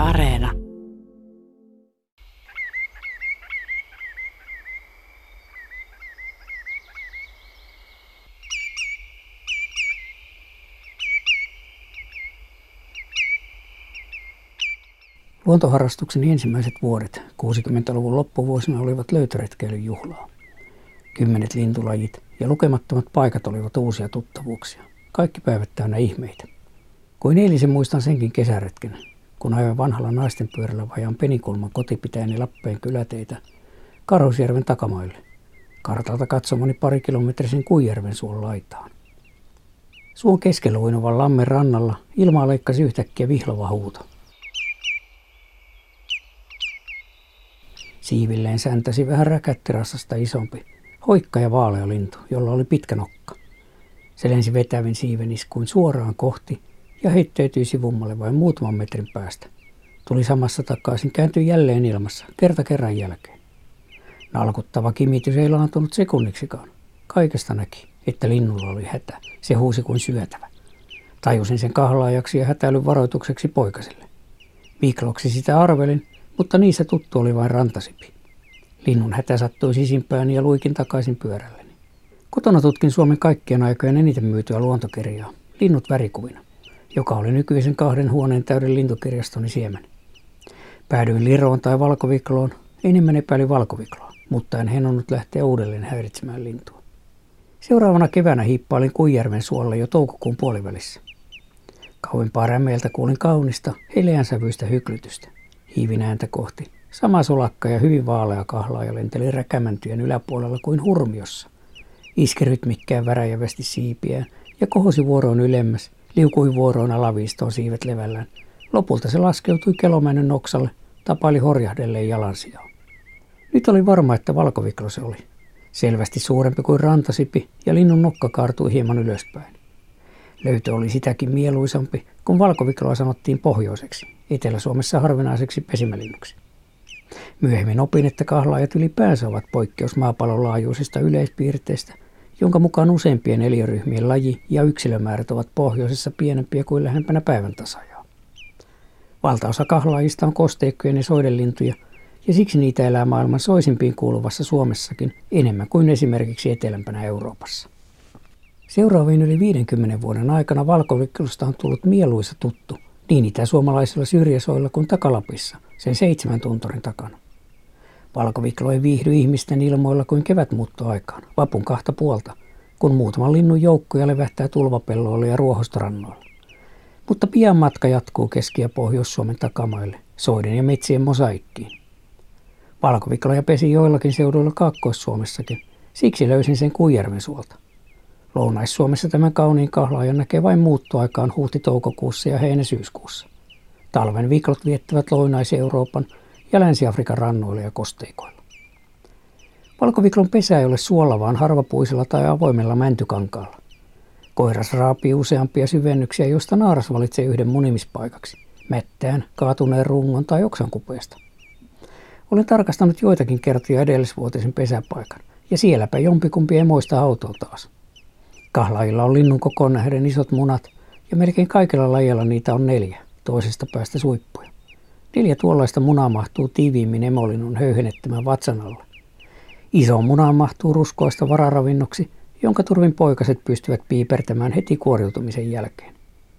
Areena. Luontoharrastuksen ensimmäiset vuodet 60-luvun loppuvuosina olivat löytöretkeilyn juhlaa. 10 lintulajit ja lukemattomat paikat olivat uusia tuttavuuksia. Kaikki päivät täynnä ihmeitä. Kuin eilisen muistan senkin kesäretken, kun ajoin vanhalla naisten pyörällä vajaan Penikulman kotipitäjäni Lappeen kyläteitä Karhusjärven takamaille. Kartalta katsomani parikilometrisen Kuijärven suon laitaan. Suon keskellä uinuvan lammen rannalla ilmaa leikkasi yhtäkkiä vihlova huuto. Siivilleen säntäsi vähän räkättirassasta isompi, hoikka ja vaalea lintu, jolla oli pitkä nokka. Se lensi vetävin siiveniskuin suoraan kohti ja heittäytyi sivummalle vain muutaman metrin päästä. Tuli samassa takaisin, kääntyi jälleen ilmassa, kerta kerran jälkeen. Nalkuttava kimitys ei laantunut sekunniksikaan. Kaikesta näki, että linnulla oli hätä. Se huusi kuin syötävä. Tajusin sen kahlaajaksi ja hätäilyn varoitukseksi poikaselle. Viikloksi sitä arvelin, mutta niissä tuttu oli vain rantasipi. Linnun hätä sattui sisimpään ja luikin takaisin pyörälleni. Kotona tutkin Suomen kaikkien aikojen eniten myytyä luontokirjaa, Linnut värikuvina, joka oli nykyisen 2 huoneen täyden lintukirjastoni siemen. Päädyin liroon tai valkovikloon, enemmän epäili valkovikloa, mutta en henonnut lähteä uudelleen häiritsemään lintua. Seuraavana keväänä hiippailin Kuijärven suolla jo toukokuun puolivälissä. Kauempaa rämeeltä kuulin kaunista, heleänsävyistä hyklytystä. Hiivin ääntä kohti. Sama solakka ja hyvin vaalea kahlaaja lenteli räkämäntyjen yläpuolella kuin hurmiossa. Iski rytmikkään väräjävästi siipiään ja kohosi vuoroon ylemmäs, liukui vuoroon alaviistoon siivet levällään. Lopulta se laskeutui Kelomäinen noksalle, tapaili horjahdelleen jalansijaan. Nyt oli varma, että valkoviklo se oli. Selvästi suurempi kuin rantasipi ja linnun nokka kaartui hieman ylöspäin. Löytö oli sitäkin mieluisampi, kun valkovikloa sanottiin pohjoiseksi, Etelä-Suomessa harvinaiseksi pesimälinnuksi. Myöhemmin opin, että kahlaajat ylipäänsä ovat poikkeus maapallon laajuisesta yleispiirteestä, jonka mukaan useimpien eliöryhmien laji- ja yksilömäärät ovat pohjoisessa pienempiä kuin lähempänä päivän tasajaa. Valtaosa kahlaajista on kosteikkojen ja soidenlintuja, ja siksi niitä elää maailman soisimpiin kuuluvassa Suomessakin enemmän kuin esimerkiksi etelämpänä Euroopassa. Seuraavien yli 50 vuoden aikana valkoviklosta on tullut mieluisa tuttu niin itäsuomalaisilla Syrjäsoilla kuin Takalapissa, sen 7 tunturin takana. Valkoviklo ei viihdy ihmisten ilmoilla kuin kevätmuuttoaikaan, vapun 2 puolta, kun muutaman linnun joukkoja levähtää tulvapelloilla ja ruohostorannoilla. Mutta pian matka jatkuu Keski- ja Pohjois-Suomen takamaille, soiden ja metsien mosaikkiin. Valkovikloja pesi joillakin seuduilla Kaakkois-Suomessakin, siksi löysin sen Kuijärven suolta. Lounais-Suomessa tämän kauniin kahlaajan näkee vain muuttoaikaan huhti-toukokuussa ja heinä-syyskuussa. Talven viklot viettävät Lounais-Euroopan ja Länsi-Afrikan rannoilla ja kosteikoilla. Valkoviklon pesä ei ole suolla, vaan harvapuisella tai avoimella mäntykankaalla. Koiras raapii useampia syvennyksiä, joista naaras valitsee yhden munimispaikaksi, mättään, kaatuneen rungon tai oksankupeesta. Olen tarkastanut joitakin kertoja edellisvuotisen pesäpaikan, ja sielläpä jompikumpi emoista autoa taas. Kahlaajilla on linnun kokoon nähden isot munat, ja melkein kaikilla lajeilla niitä on 4, toisesta päästä suippuja. 4 tuollaista munaa mahtuu tiiviimmin emolinnun höyhenettämään vatsan alle. Isoon munaan mahtuu ruskoista vararavinnoksi, jonka turvin poikaset pystyvät piipertämään heti kuoriutumisen jälkeen.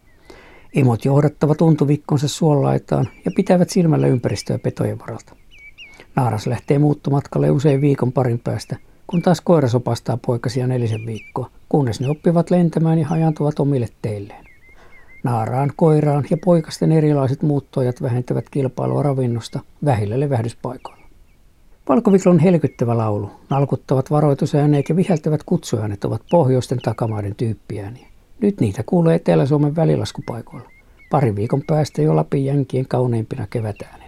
Emot johdattavat untuvikkonsa suonlaitaan ja pitävät silmällä ympäristöä petojen varalta. Naaras lähtee muuttomatkalle usein viikon parin päästä, kun taas koiras opastaa poikasia 4 viikkoa, kunnes ne oppivat lentämään ja hajaantuvat omille teilleen. Naaraan, koiraan ja poikasten erilaiset muuttoajat vähentävät kilpailua ravinnosta vähillä levähdyspaikoilla. Valkoviklon helkyttävä laulu, nalkuttavat varoitusääneet ja viheltävät kutsuäänet ovat pohjoisten takamaiden tyyppiääniä. Nyt niitä kuulee Etelä-Suomen välilaskupaikoilla. Parin viikon päästä jo Lapin jänkien kauneimpina kevätääninä.